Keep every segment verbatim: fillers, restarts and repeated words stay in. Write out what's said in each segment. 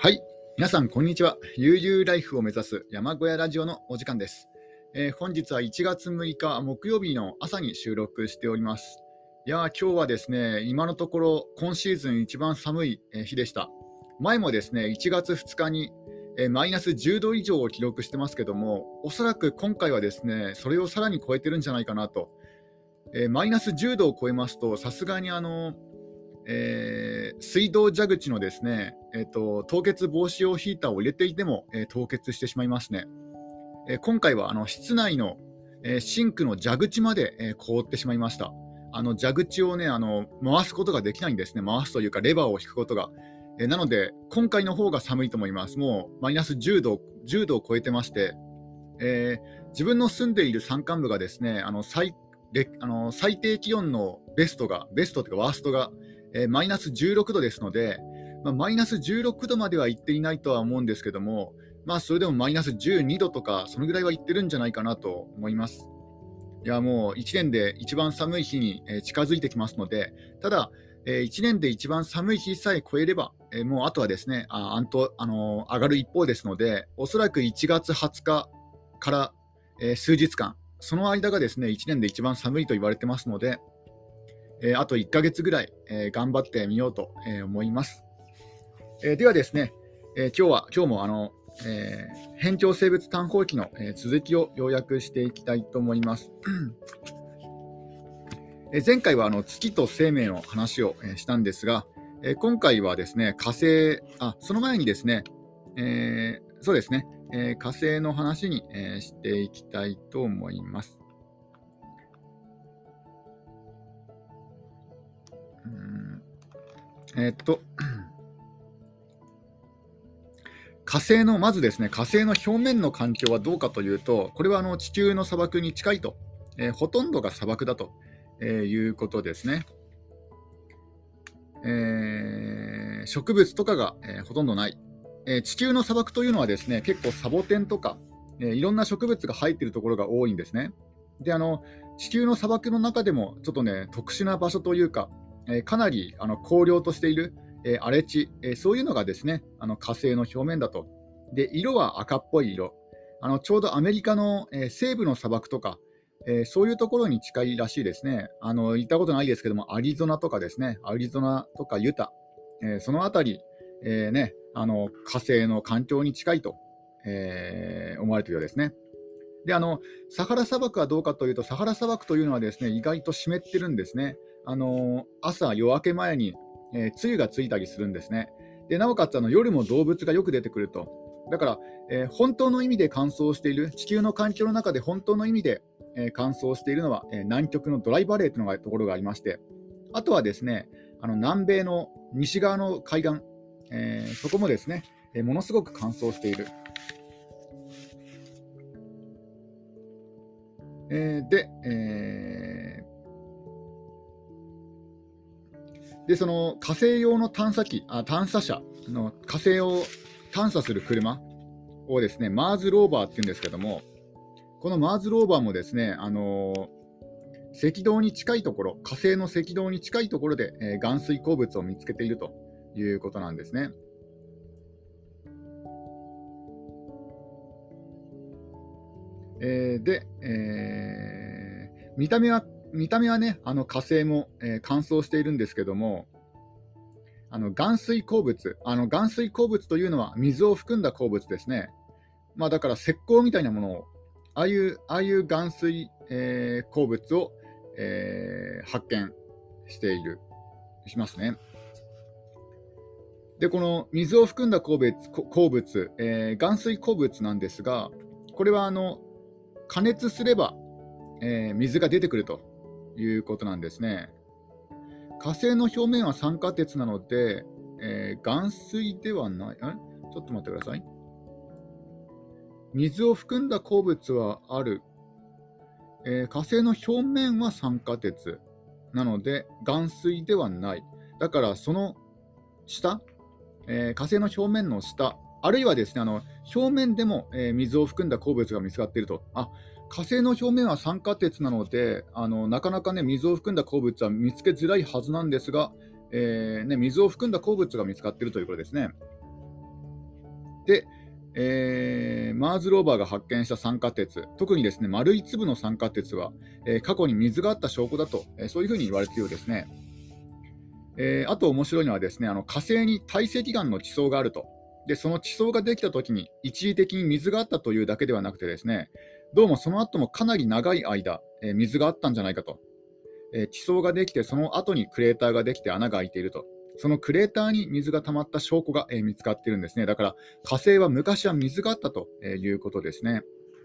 はい、皆さんこんにちは。悠々ライフを目指す山小屋ラジオのお時間です。えー本日はいちがつむいか木曜日の朝に収録しております。いやー、今日はですね、今のところ今シーズン一番寒いえー日でした。前もですね、いちがつふつかにえーマイナスじゅうど以上を記録してますけども、おそらく今回はですね、それをさらに超えてるんじゃないかなと。えーマイナスじゅうどを超えますと、さすがにあのえー水道蛇口のですね、えーと、凍結防止用ヒーターを入れていても、えー凍結してしまいますね。えー今回はあの室内の、えーシンクの蛇口まで、えー凍ってしまいました。あの蛇口をね、あの回すことができないんですね。回すというか、レバーを引くことが。えーなので、今回の方が寒いと思います。もうマイナスじゅうど、じゅうどを超えてまして、えー自分の住んでいる山間部がですね、あの最れあの最低気温のベストが、ベストというかワーストが、えーマイナスじゅうろくどですので、まあ、マイナスじゅうろくどまでは行っていないとは思うんですけども、まあ、それでもマイナスじゅうにどとか、そのぐらいは行ってるんじゃないかなと思います。いや、もういちねんで一番寒い日にえー近づいてきますので、ただ、えーいちねんで一番寒い日さえ超えれば、えーもうあとはですね、ああんと、あのー上がる一方ですので、おそらくいちがつはつかから、えー数日間、その間がですね、いちねんで一番寒いと言われてますので、えーあといっかげつぐらい、えー頑張ってみようと、えー思います。えーではですね、えー今日は今日もあの、えー辺境生物探訪記の、えー続きを要約していきたいと思います。えー前回はあの月と生命の話を、えーしたんですが、えー今回はですね、火星、あ、その前にですね、えーそうですね、えー火星の話に、えーしていきたいと思います。うーんえーっと、火星の、まずですね、火星の表面の環境はどうかというと、これはあの地球の砂漠に近いと、えーほとんどが砂漠だと、えーいうことですね。えー植物とかが、えーほとんどない。えー地球の砂漠というのはですね、結構サボテンとか、えーいろんな植物が生えているところが多いんですね。で、あの地球の砂漠の中でもちょっとね、特殊な場所というか、えーかなりあの荒涼としている、えー荒れ地、えーそういうのがですね、あの火星の表面だと。で、色は赤っぽい色。あのちょうどアメリカの、えー西部の砂漠とか、えーそういうところに近いらしいですね。あの行ったことないですけども、アリゾナとかですね、アリゾナとかユタ、えーそのあたり、えーね、あの火星の環境に近いと、えー思われているようですね。で、あのサハラ砂漠はどうかというと、サハラ砂漠というのはですね、意外と湿ってるんですね。あの朝、夜明け前に、えー梅雨がついたりするんですね。で、なおかつあの夜も動物がよく出てくると。だから、えー本当の意味で乾燥している、地球の環境の中で本当の意味で、えー乾燥しているのは、えー南極のドライバレーというのがところがありまして、あとはですね、あの南米の西側の海岸、えーそこもですね、えーものすごく乾燥している。えーで、えーで、その火星用の探査機、あ探査車の火星を探査する車をですね、マーズローバーっていうんですけども、このマーズローバーもですね、あのー赤道に近いところ、火星の赤道に近いところで、えー岩水鉱物を見つけているということなんですね。えーで、えー見た目は見た目はね、あの火星も、えー乾燥しているんですけども、あの岩水鉱物、あの岩水鉱物というのは水を含んだ鉱物ですね。まあ、だから石膏みたいなものを、ああいうああいう岩水、えー鉱物を、えー発見しているしますね。で、この水を含んだ鉱物、鉱物、えー岩水鉱物なんですが、これはあの加熱すれば、えー水が出てくるということなんですね。火星の表面は酸化鉄なので、えー岩水ではない、ちょっと待ってください。水を含んだ鉱物はある。えー火星の表面は酸化鉄なので岩水ではない。だからその下、えー火星の表面の下、あるいはですね、あの表面でも、えー水を含んだ鉱物が見つかっていると。あ、火星の表面は酸化鉄なので、あのなかなかね、水を含んだ鉱物は見つけづらいはずなんですが、えーね、水を含んだ鉱物が見つかっているということですね。 で、えーマーズローバーが発見した酸化鉄、特にですね丸い粒の酸化鉄は、えー過去に水があった証拠だと、えーそういうふうに言われているようですね。えーあと面白いのはですね、あの火星に堆積岩の地層があると。で、その地層ができたときに一時的に水があったというだけではなくてですね、どうもその後もかなり長い間、えー水があったんじゃないかと。えー地層ができて、その後にクレーターができて穴が開いていると。そのクレーターに水が溜まった証拠が、えー見つかっているんですね。だから火星は昔は水があったということですね。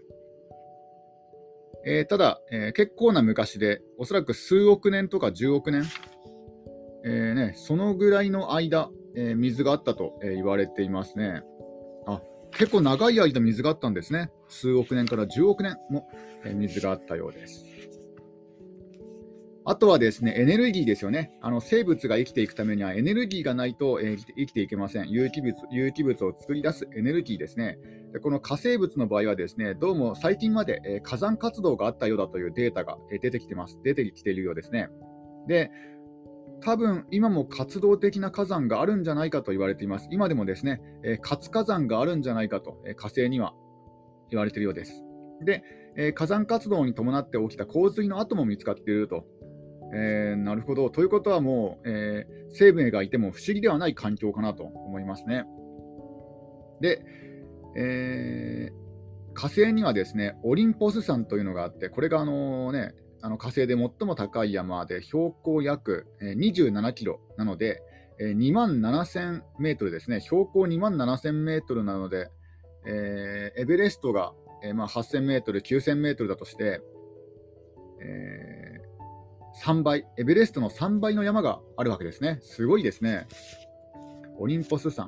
えーただ、えー結構な昔で、おそらく数億年とかじゅうおくねん、えーね、そのぐらいの間、えー水があったと、えー言われていますね。あ、結構長い間水があったんですね。数億年からじゅうおくねんも、えー水があったようです。あとはですね、エネルギーですよね。あの生物が生きていくためにはエネルギーがないと、えー生きて生きていけません。有機物、有機物を作り出すエネルギーですね。でこの化生物の場合はですね、どうも最近まで、えー火山活動があったようだというデータが、えー出てきてます。出てきているようですね。で、多分今も活動的な火山があるんじゃないかと言われています。今でもですね、えー活火山があるんじゃないかと、えー火星には言われているようです。で、えー火山活動に伴って起きた洪水の跡も見つかっていると。えーなるほど。ということはもう、えー生命がいても不思議ではない環境かなと思いますね。で、えー火星にはですね、オリンポス山というのがあって、これがあの、ね、あの火星で最も高い山で、標高約えーにじゅうななキロなので、えーにまんななせんメートルですね。標高にまんななせんメートルなので、えーエベレストが、えーまあ、はっせんメートル、きゅうせんメートルだとして、えーさんばい、エベレストのさんばいの山があるわけですね。すごいですね。オリンポス山。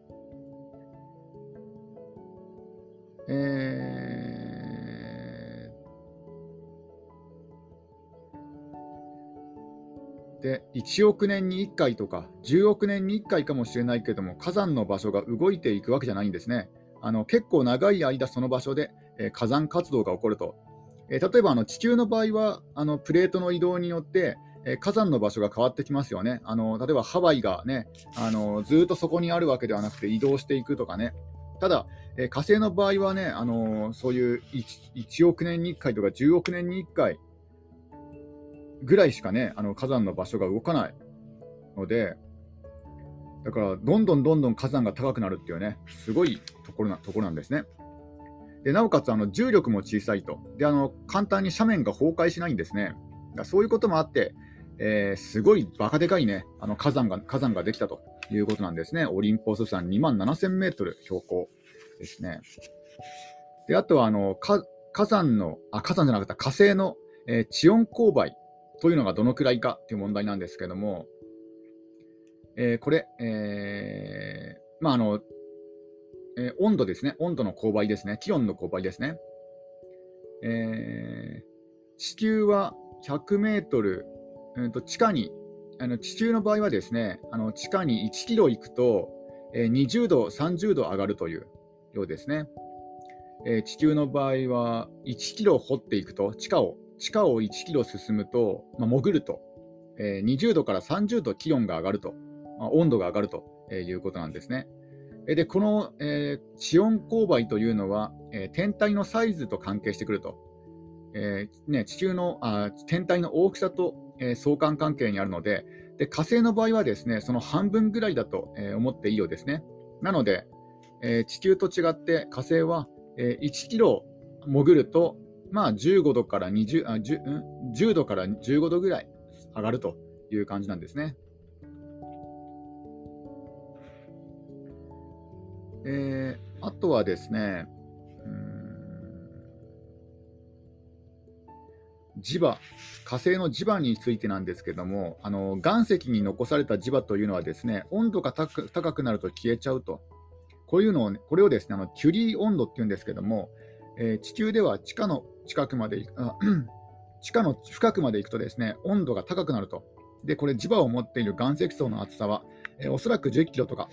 えーで、いちおく年にいっかいとかじゅうおく年にいっかいかもしれないけれども、火山の場所が動いていくわけじゃないんですね。あの結構長い間その場所で、えー火山活動が起こると。えー例えばあの地球の場合はあのプレートの移動によって、えー火山の場所が変わってきますよね。あの例えばハワイが、ね、あのずっとそこにあるわけではなくて移動していくとかね。ただ、えー火星の場合はね、あのそういう 1, いちおく年にいっかいとかじゅうおく年にいっかいぐらいしかね、あの火山の場所が動かないので、だからどんどんどんどん火山が高くなるっていうね、すごいところなところなんですね。でなおかつあの重力も小さいと。であの簡単に斜面が崩壊しないんですね。だからそういうこともあって、えーすごいバカでかいね、あの火山が火山ができたということなんですね。オリンポス山にまんななせんメートル標高ですね。であとはあの火火山のあ火山じゃなかった火星の、えー地温勾配というのがどのくらいかという問題なんですけども、えーこれ、えーまああのえー温度ですね、温度の勾配ですね、気温の勾配ですね。えー地球はひゃくメートル、うんと地下に、あの地球の場合はですね、あの地下にいちキロ行くと、えーにじゅうど、さんじゅうど上がるというようですね。えー地球の場合はいちキロ掘っていくと、地下を地下をいちキロ進むと、まあ、潜ると、えーにじゅうどからさんじゅうど気温が上がると、まあ、温度が上がるということなんですね。でこの、えー地温勾配というのは、えー天体のサイズと関係してくると。えーね、地球のあ天体の大きさと、えー相関関係にあるので、で火星の場合はですね、その半分ぐらいだと、えー思っていいようですね。なので、えー地球と違って火星は、えーいちキロ潜ると、まあ、じゅうごどからにじゅう、あじゅう、んじゅうどからじゅうごどぐらい上がるという感じなんですね。えーあとはですね、うーん磁場、火星の磁場についてなんですけども、あの岩石に残された磁場というのはですね、温度が高く高くなると消えちゃうと。こういうのを、これをですね、あのキュリー温度っていうんですけども、えー地球では地下の近くまであ地下の深くまで行くとですね、温度が高くなると。で、これ磁場を持っている岩石層の厚さは、えーおそらくじゅっキロとか、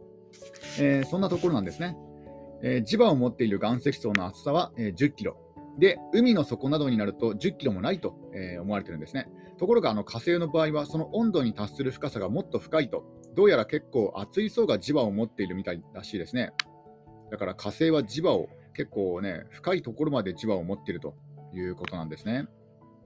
えーそんなところなんですね。えー磁場を持っている岩石層の厚さは、えーじゅっキロ。 で、海の底などになるとじゅっキロもないと、えー思われているんですね。ところがあの火星の場合は、その温度に達する深さがもっと深いと、どうやら結構熱い層が磁場を持っているみたいらしいですね。だから火星は磁場を結構ね、深いところまで磁場を持っているということなんですね。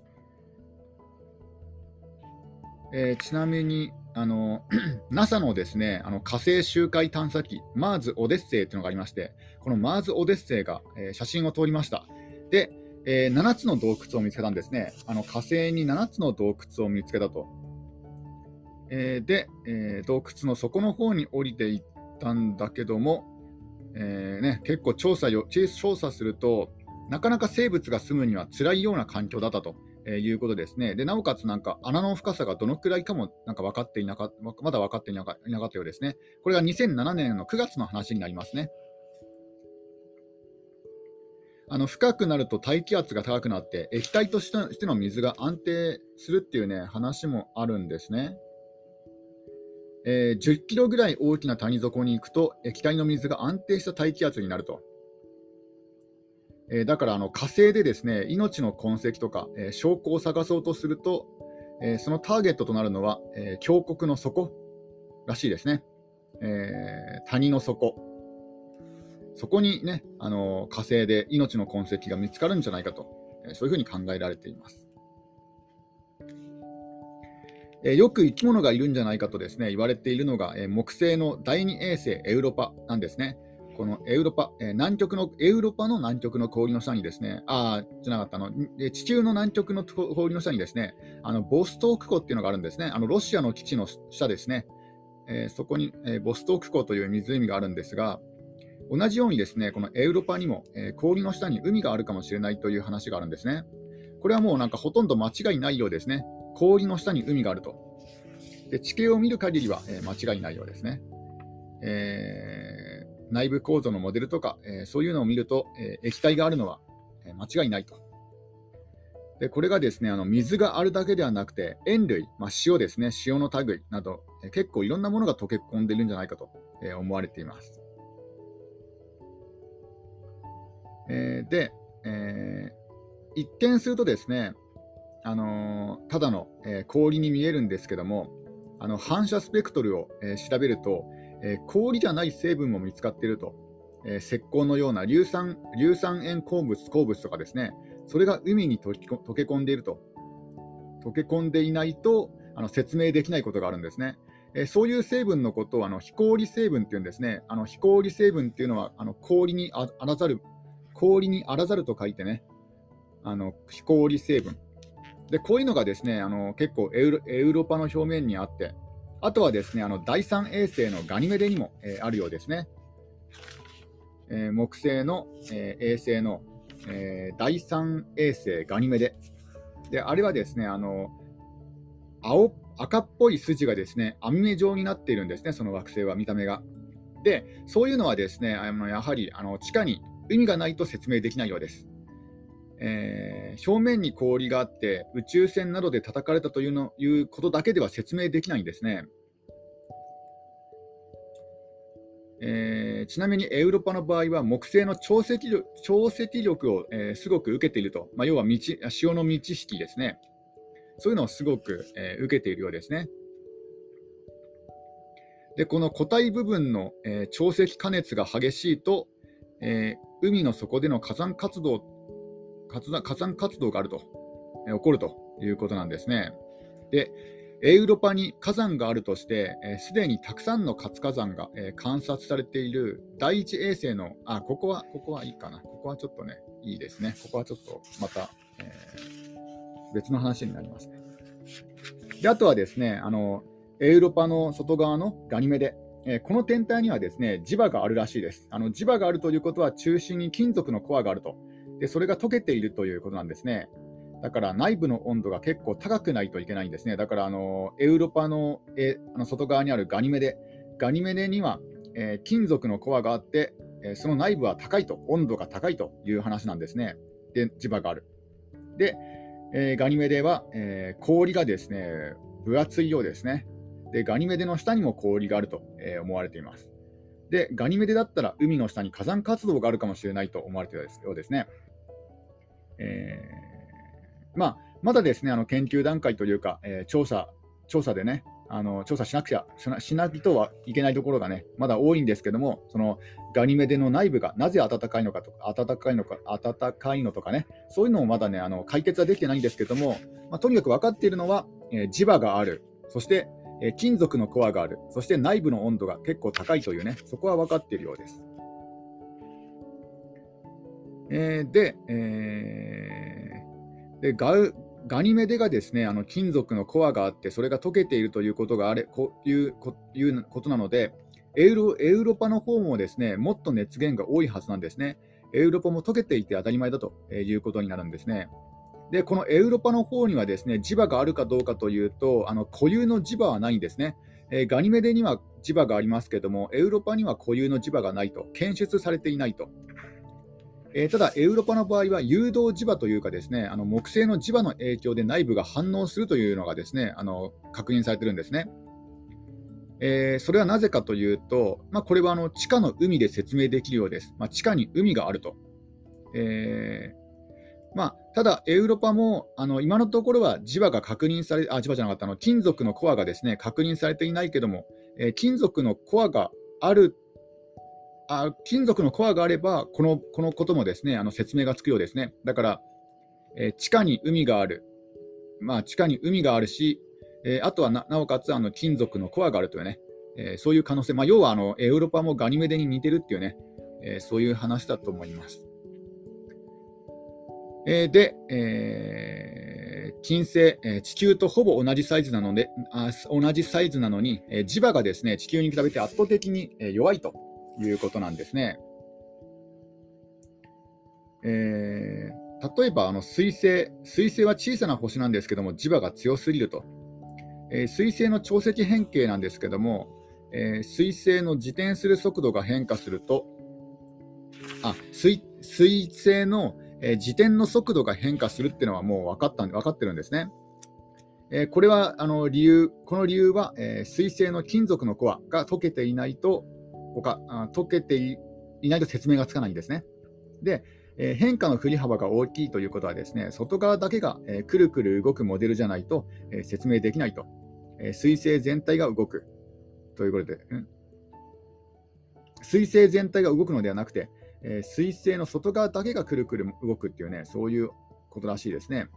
えーちなみにあの ナサ のですね、あの火星周回探査機マーズ・オデッセイというのがありまして、このマーズ・オデッセイが、えー写真を撮りました。で、えーななつの洞窟を見つけたんですね。あの火星にななつの洞窟を見つけたと。えーで、えー洞窟の底の方に降りていったんだけども、えーね、結構調査よ調査すると、なかなか生物が住むには辛いような環境だったと、えーいうことですね。でなおかつなんか穴の深さがどのくらいかもなんか分かっていなかまだ分かっていなかいなかったようですね。これがにせんななねんのくがつの話になりますね。あの深くなると大気圧が高くなって液体としての水が安定するっていうね話もあるんですね。えーじゅっキロぐらい大きな谷底に行くと液体の水が安定した大気圧になると。えーだからあの火星でですね命の痕跡とか、えー証拠を探そうとすると、えーそのターゲットとなるのは、えー峡谷の底らしいですね。えー谷の底、そこにね、あの火星で命の痕跡が見つかるんじゃないかと、えーそういうふうに考えられています。えーよく生き物がいるんじゃないかとですね言われているのが、えー木星のだいに衛星エウロパなんですね。このエウロパ、えー南極のエウロパの南極の氷の下にですね、あーじゃなかったあの、え地球の南極の氷の下にですね、あのボストーク湖っていうのがあるんですね。あのロシアの基地の下ですね。えーそこに、えーボストーク湖という湖があるんですが、同じようにですね、このエウロパにも、えー氷の下に海があるかもしれないという話があるんですね。これはもうなんかほとんど間違いないようですね。氷の下に海があると。で地形を見る限りは、えー間違いないようですね。えー内部構造のモデルとか、えーそういうのを見ると、えー液体があるのは、えー間違いないと。でこれがですね、あの水があるだけではなくて、塩類、まあ、塩ですね、塩の類など、えー結構いろんなものが溶け込んでいるんじゃないかと、えー思われています。えーで、えー一見するとですね、あのーただの、えー氷に見えるんですけども、あの反射スペクトルを、えー調べると、えー氷じゃない成分も見つかっていると、えー石膏のような硫酸硫酸塩鉱物鉱物とかですね、それが海に溶け溶け込んでいると、溶け込んでいないとあの説明できないことがあるんですね。えーそういう成分のことをあの非氷成分っていうんですね。あの非氷成分っていうのはあの氷にああらざる氷にあらざると書いてね、あの非氷成分で、こういうのがですね、あの結構エウロ、エウロパの表面にあって、あとはですね、あのだいさん衛星のガニメデにも、えーあるようですね。えー木星の、えー衛星の、えーだいさん衛星ガニメデ。で、あれはですね、あの青赤っぽい筋がですね、網目状になっているんですね、その惑星は見た目が。で、そういうのはですね、あのやはりあの地下に海がないと説明できないようです。えー表面に氷があって宇宙船などで叩かれたというのいうことだけでは説明できないんですね。えーちなみにエウロパの場合は木星の潮汐力潮汐力を、えーすごく受けていると、まあ、要は道潮の満ち引きですね。そういうのをすごく、えー受けているようですね。でこの固体部分の、えー潮汐加熱が激しいと、えー海の底での火山活動活火山活動があると、えー起こるということなんですね。でエウロパに火山があるとしてすで、えー、にたくさんの活火山が、えー観察されている第一衛星のあここはここはいいかなここはちょっとねいいですねここはちょっとまた、えー別の話になりますね。であとはですねあのエウロパの外側のガニメデ、えーこの天体にはですね磁場があるらしいです。あの磁場があるということは中心に金属のコアがあると、でそれが溶けているということなんですね。だから内部の温度が結構高くないといけないんですね。だからあのエウロパのえあの外側にあるガニメデ、ガニメデには、えー金属のコアがあって、えーその内部は高いと、温度が高いという話なんですね。で、磁場がある。で、えーガニメデは、えー氷がですね、分厚いようですね。で、ガニメデの下にも氷があると、えー思われています。で、ガニメデだったら海の下に火山活動があるかもしれないと思われているようですね。 えーまあ、まだですね、あの研究段階というか、えー調査、調査でね、あの調査しなくちゃしなしないとはいけないところがね、まだ多いんですけども、そのガニメデの内部がなぜ暖かいのかとか、暖かいのか、暖かいのとかね、そういうのもまだね、あの解決はできてないんですけども、まあ、とにかく分かっているのは、えー磁場がある、そして、えー金属のコアがある、そして内部の温度が結構高いというね、そこは分かっているようです。えーで、えーでガウガニメデがですね、あの金属のコアがあって、それが溶けているということがあれこういうこいうことなので、エウロ、エウロパの方もですね、もっと熱源が多いはずなんですね。エウロパも溶けていて当たり前だということになるんですね。で、このエウロパの方にはですね、磁場があるかどうかというと、あの固有の磁場はないんですね。えーガニメデには磁場がありますけども、エウロパには固有の磁場がないと、検出されていないと。えーただ、エウロパの場合は誘導磁場というかですね、あの木星の磁場の影響で内部が反応するというのがですね、あの確認されているんですね。えーそれはなぜかというと、まあ、これはあの地下の海で説明できるようです。まあ、地下に海があると。えーまあ、ただ、エウロパもあの今のところは磁場が確認され、あ、磁場じゃなかった、あの金属のコアがですね、確認されていないけども、えー金属のコアがあるあ金属のコアがあれば、このこのこともですね、あの説明がつくようですね。だから、えー地下に海がある、まあ、地下に海があるし、えーあとは な, なおかつあの金属のコアがあるというね、えーそういう可能性、まあ、要はあのエウロパもガニメデに似てるっていうね、えーそういう話だと思います。えーで、えー金星、えー地球とほぼ同じサイズなので、あ同じサイズなのに、えー磁場がですね、地球に比べて圧倒的にえー弱いということなんですね。えー例えばあの水星、水星は小さな星なんですけども、磁場が強すぎると。えー水星の潮汐変形なんですけども、えー水星の自転する速度が変化すると、あ水水星の、えー自転の速度が変化するっていうのはもう分かったん分かってるんですね。えーこれはあの理由、この理由は、えー水星の金属のコアが溶けていないと、他あ溶けていないと説明がつかないんですね。で、えー変化の振り幅が大きいということはですね、外側だけが、えーくるくる動くモデルじゃないと、えー説明できないと。えー水星全体が動くということで、うん、水星全体が動くのではなくて、えー水星の外側だけがくるくる動くっていうね、そういうことらしいですね。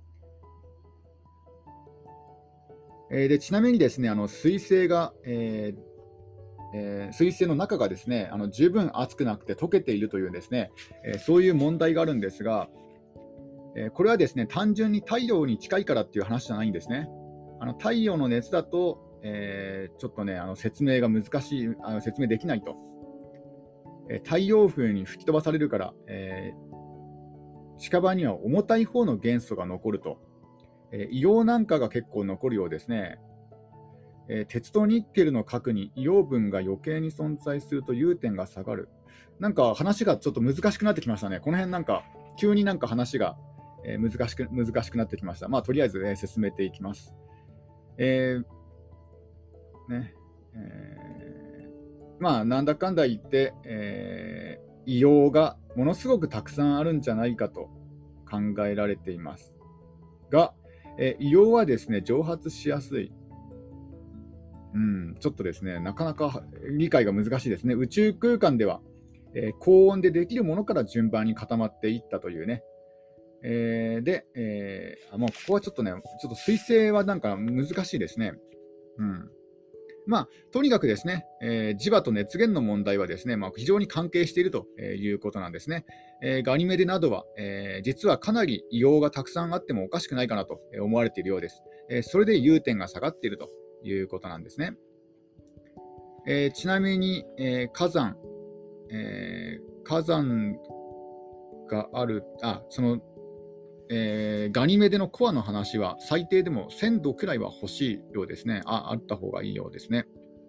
えーでちなみにですね、あの水星が、えーえー水星の中がですね、あの十分熱くなくて溶けているというですね、えーそういう問題があるんですが、えーこれはですね、単純に太陽に近いからっていう話じゃないんですね。あの太陽の熱だと、えーちょっとね、あの説明が難しい、あの説明できないと。えー太陽風に吹き飛ばされるから、えー近場には重たい方の元素が残ると。えー硫黄なんかが結構残るようですね。えー鉄とニッケルの核に硫黄分が余計に存在すると融点が下がる。なんか話がちょっと難しくなってきましたね。この辺なんか、急になんか話が、えー難しく難しくなってきました。まあ、とりあえず、ね、進めていきます。えーねえーまあ、なんだかんだ言って、えー硫黄がものすごくたくさんあるんじゃないかと考えられていますが、えー硫黄はですね、蒸発しやすい。うん、ちょっとですね、なかなか理解が難しいですね。宇宙空間では、えー高温でできるものから順番に固まっていったというね。えーで、えーあもうここはちょっとね、ちょっと彗星はなんか難しいですね。うん。まあ、とにかくですね、えー磁場と熱源の問題はですね、まあ、非常に関係しているということなんですね。えーガニメデなどは、えー実はかなり硫黄がたくさんあってもおかしくないかなと思われているようです。えーそれで融点が下がっているということなんですね。えーちなみに、えー火山、えー火山がある、あ、その、えーガニメデのコアの話は最低でもせんどくらいは欲しいようですね。あ、あった方がいいようですね。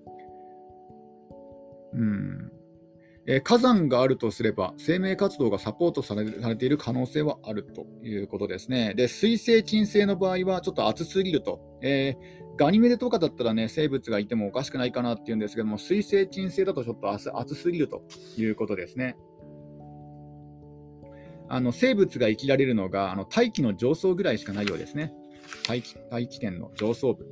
うんえー火山があるとすれば、生命活動がサポートされされている可能性はあるということですね。で、水星、金星の場合はちょっと暑すぎると。えーガニメデとかだったらね、生物がいてもおかしくないかなっていうんですけども、水星、金星だとちょっと暑暑すぎるということですね。 あの生物が生きられるのがあの大気の上層ぐらいしかないようですね。大気、大気圏の上層部。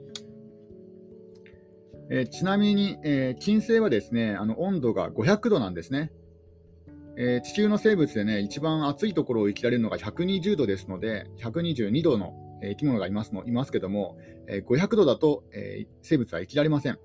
えーちなみに、えー金星はですね、あの温度がごひゃくどなんですね。えー地球の生物でね、一番暑いところを生きられるのがひゃくにじゅうどですので、ひゃくにじゅうにどのえー生き物がいますのいますけども、えーごひゃくどだと、えー生物は生きられません。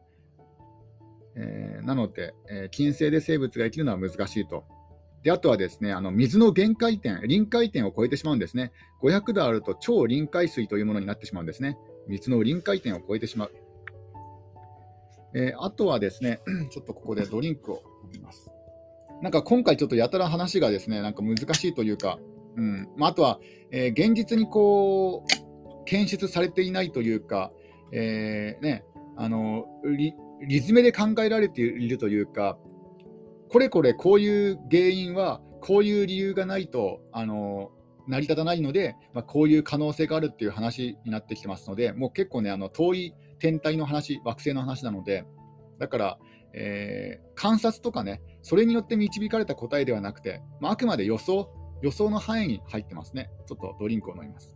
えーなので、えー金星で生物が生きるのは難しいと。で、あとはですね、あの水の限界点、臨界点を超えてしまうんですね。ごひゃくどあると超臨界水というものになってしまうんですね。水の臨界点を超えてしまう。えーあとはですね、ちょっとここでドリンクを飲みます。なんか今回ちょっとやたら話がですね、なんか難しいというか、うんまあ、あとは、えー現実にこう検出されていないというか、えーね、あのリリズムで考えられているというか、これこれこういう原因はこういう理由がないとあの成り立たないので、まあ、こういう可能性があるっていう話になってきてますので、もう結構ね、あの遠い天体の話、惑星の話なので、だから、えー観察とかね、それによって導かれた答えではなくて、まあ、あくまで予想、予想の範囲に入ってますね。ちょっとドリンクを飲みます。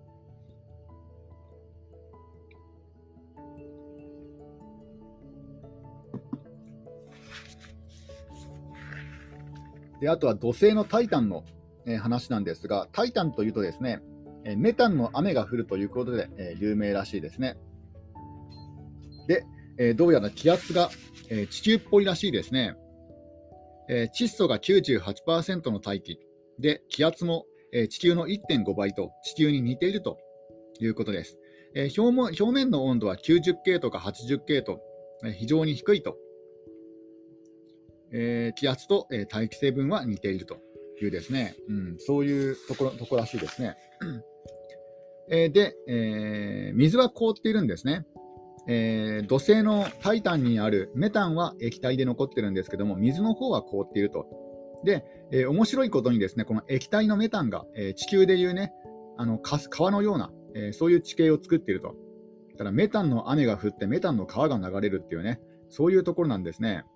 で、あとは土星のタイタンの、えー話なんですが、タイタンというとですね、えーメタンの雨が降るということで、えー有名らしいですね。で、えーどうやら気圧が、えー地球っぽいらしいですね。えー窒素が きゅうじゅうはちパーセント の大気で、気圧も、えー地球の いってんごばいと地球に似ているということです。えー表面表面の温度はきゅうじゅっケイとかはちじゅっケイと、えー非常に低いと、えー気圧と、えー大気成分は似ているというですね、うん、そういうところ、ところらしいですね。えーで、えー水は凍っているんですね。えー土星のタイタンにあるメタンは液体で残ってるんですけども、水の方は凍っていると。で、えー面白いことにですね、この液体のメタンが、えー地球でいうね、あの川のような、えーそういう地形を作っていると。だからメタンの雨が降ってメタンの川が流れるっていうね、そういうところなんですね。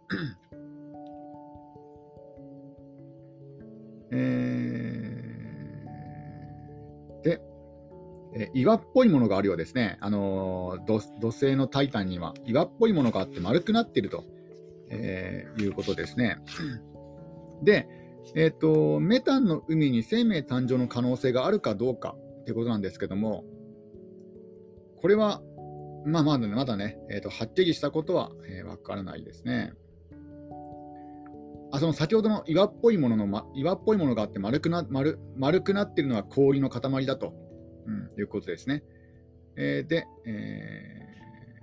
えーで、えー岩っぽいものがあるようですね。あのー土土星のタイタンには岩っぽいものがあって丸くなっていると、えーいうことですね。で、えーと、メタンの海に生命誕生の可能性があるかどうかということなんですけども、これは、まあ、まだね、まだね、えーと、はっきりしたことはわ、えー、からないですね。あ、その先ほどの岩っぽいものの、ま、岩っぽいものがあって丸くな丸丸くなっているのは氷の塊だと、うん、いうことですね。えーで、えー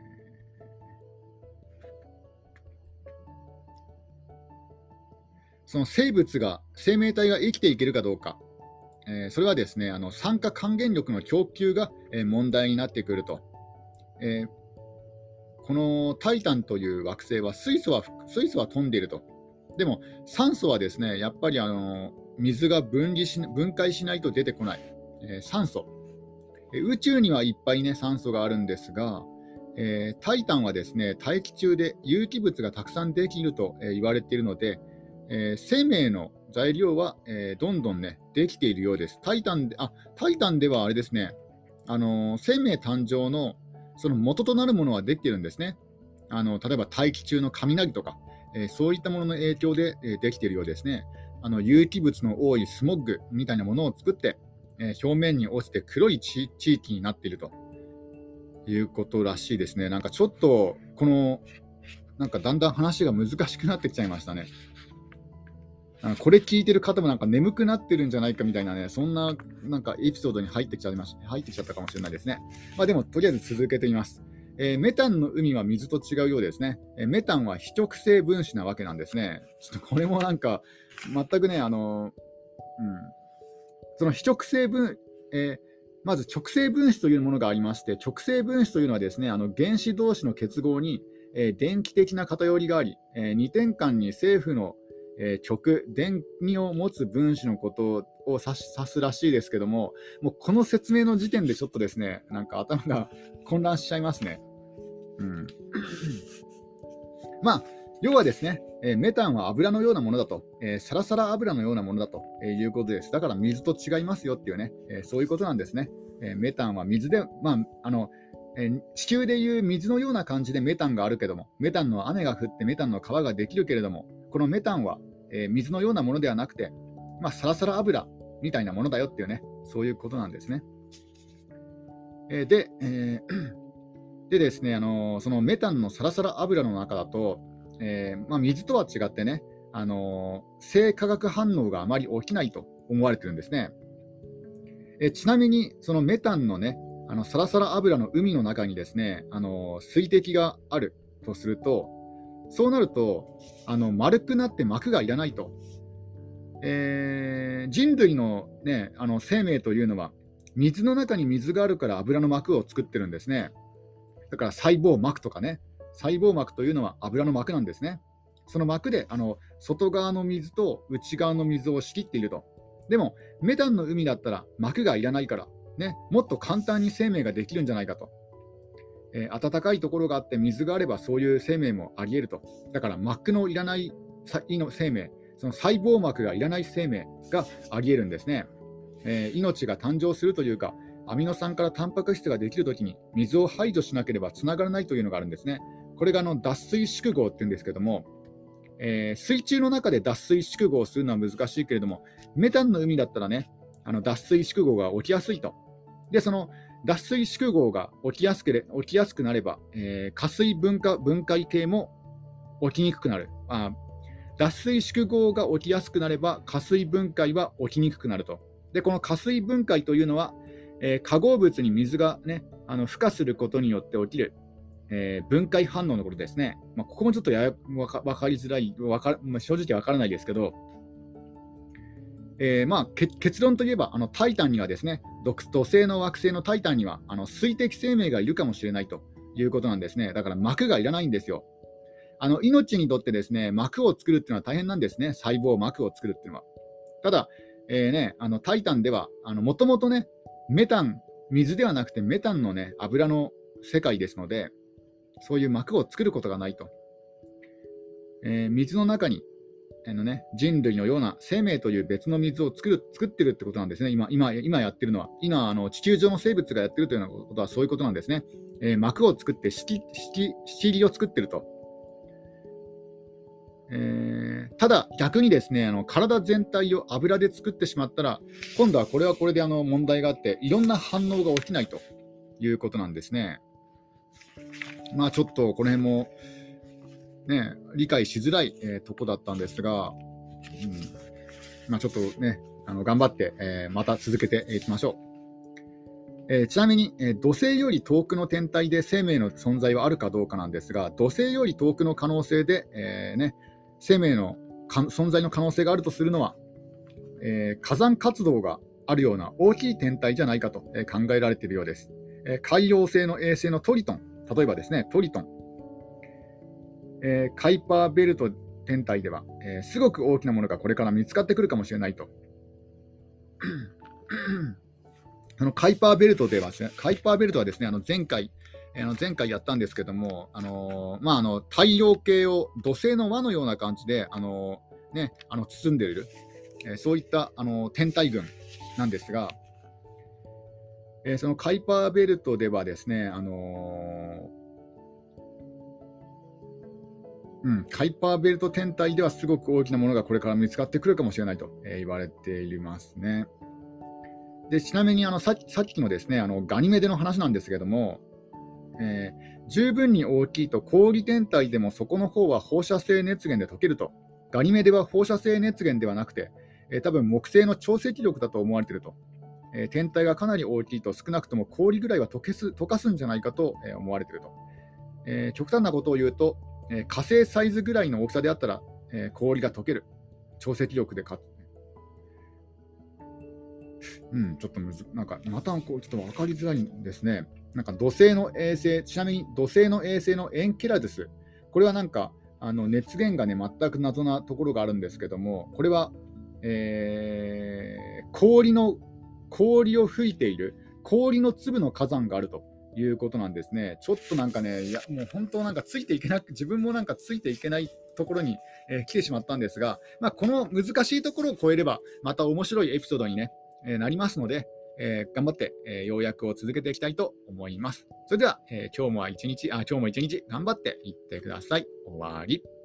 その生物が、生命体が生きていけるかどうか、えーそれはですね、あの酸化還元力の供給が、えー問題になってくると。えーこのタイタンという惑星は水素は水素は飛んでいると。でも酸素はですね、やっぱりあの水が分離し分解しないと出てこない、えー酸素。えー宇宙にはいっぱいね酸素があるんですが、えータイタンはですね、大気中で有機物がたくさんできると、えー言われているので、えー生命の材料は、えーどんどんねできているようです。タイタンで、あ、タイタンではあれですね、あのー生命誕生のその元となるものはできているんですね。あの例えば大気中の雷とか、えーそういったものの影響で、えーできているようですね。あの有機物の多いスモッグみたいなものを作って、えー表面に落ちて黒い地地域になっているということらしいですね。なんかちょっとこのなんかだんだん話が難しくなってきちゃいましたね。あのこれ聞いてる方もなんか眠くなってるんじゃないかみたいなね、そんななんかエピソードに入ってきちゃいまし入ってきちゃったかもしれないですね。まあでもとりあえず続けてみます。えーメタンの海は水と違うようですね。えーメタンは非直性分子なわけなんですね。ちょっとこれもなんか全くね、あの、うん、その非直性分、えーまず直性分子というものがありまして、直性分子というのはですね、あの原子同士の結合に、えー電気的な偏りがあり、えー二点間に正負の、えー極、電荷を持つ分子のことを指し指すらしいですけども、もうこの説明の時点でちょっとですね、なんか頭が混乱しちゃいますね。うん、まあ要はですね、えーメタンは油のようなものだと、えーサラサラ油のようなものだとえーいうことです。だから水と違いますよっていうね、えーそういうことなんですね。えーメタンは水で、まあ、あの、えー地球でいう水のような感じでメタンがあるけども、メタンの雨が降ってメタンの川ができるけれども、このメタンは、えー水のようなものではなくて、まあ、サラサラ油みたいなものだよっていうね、そういうことなんですね。えーで、えーでですね、あのーそのメタンのサラサラ油の中だと、えーまあ、水とは違ってね、あのー性化学反応があまり起きないと思われてるんですね。えーちなみに、そのメタンのね、あのサラサラ油の海の中にですね、あのー水滴があるとすると、そうなると、あの丸くなって膜がいらないと。えー人類の,、ね、あの生命というのは、水の中に水があるから油の膜を作ってるんですね。だから細胞膜とかね、細胞膜というのは油の膜なんですね。その膜であの外側の水と内側の水を仕切っていると。でも、メタンの海だったら膜がいらないから、ね、もっと簡単に生命ができるんじゃないかと。えー暖かいところがあって水があればそういう生命もあり得ると。だから膜のいらないさの生命、その細胞膜がいらない生命があり得るんですね。えー命が誕生するというか、アミノ酸からタンパク質ができるときに水を排除しなければつながらないというのがあるんですね。これがあの脱水縮合っていうんですけども、えー水中の中で脱水縮合をするのは難しいけれども、メタンの海だったらね、あの脱水縮合が起きやすいと。で、その脱水縮合が起きやすくれ起きやすくなれば、えー加水分化分解系も起きにくくなる。あ脱水縮合が起きやすくなれば、加水分解は起きにくくなると。で、この加水分解というのは、えー化合物に水が、ね、あの孵化することによって起きる、えー分解反応のことですね。まあ、ここもちょっとややわか分かりづらい、わかまあ、正直わからないですけど、えーまあ、け結論といえば、あのタイタンにはですね、土土星の惑星のタイタンにはあの水滴生命がいるかもしれないということなんですね。だから膜がいらないんですよ。あの命にとってですね、膜を作るっていうのは大変なんですね。細胞膜を作るっていうのは。ただ、えーね、あのタイタンでは、もともとね、メタン、水ではなくてメタンのね、油の世界ですので、そういう膜を作ることがないと。えー水の中に、あのね、人類のような生命という別の水を作る作ってるってことなんですね。今、今、今やってるのは。今、あの地球上の生物がやってるというようなことはそういうことなんですね。えー膜を作って仕切仕切仕切りを作ってると。えーただ逆にですね、あの体全体を油で作ってしまったら、今度はこれはこれであの問題があって、いろんな反応が起きないということなんですね。まあちょっとこの辺も、ね、理解しづらい、えーとこだったんですが、うんまあ、ちょっとね、あの頑張って、えーまた続けていきましょう。えーちなみに、えー土星より遠くの天体で生命の存在はあるかどうかなんですが、土星より遠くの可能性で、えーね、生命のか存在の可能性があるとするのは、えー火山活動があるような大きい天体じゃないかと、えー考えられているようです。えー海洋性の衛星のトリトン、例えばですね、トリトン、えーカイパーベルト天体では、えーすごく大きなものがこれから見つかってくるかもしれないと。あのカイパーベルトではですね、カイパーベルトはですね、あの前回、あの前回やったんですけども、あのーまあ、あの太陽系を土星の輪のような感じで、あのーね、あの包んでいる、えーそういった、あのー天体群なんですが、えーそのカイパーベルトではですね、あのーうん、カイパーベルト天体ではすごく大きなものがこれから見つかってくるかもしれないと、えー言われていますね。でちなみにあのささっきのですね、あのガニメデの話なんですけども、えー十分に大きいと氷天体でもそこの方は放射性熱源で溶けると。ガニメデは放射性熱源ではなくて、えー多分木星の潮汐力だと思われていると。えー天体がかなり大きいと少なくとも氷ぐらいは溶けす溶かすんじゃないかと、えー思われていると。えー極端なことを言うと、えー火星サイズぐらいの大きさであったら、えー氷が溶ける。潮汐力でかうん、ちょっとむず、なんか、またこうちょっと分かりづらいんですね。なんか土星の衛星、ちなみに土星の衛星のエンケラドゥス、これはなんか、あの熱源がね、全く謎なところがあるんですけども、これは、えー氷の、氷を吹いている、氷の粒の火山があるということなんですね。ちょっとなんかね、いや、もう本当なんかついていけなく、自分もなんかついていけないところに、えー来てしまったんですが、まあ、この難しいところを超えれば、また面白いエピソードに、ねえーなりますので、えー頑張って、えー要約を続けていきたいと思います。それでは、えー今日も一日、あ、今日も一日頑張っていってください。終わり。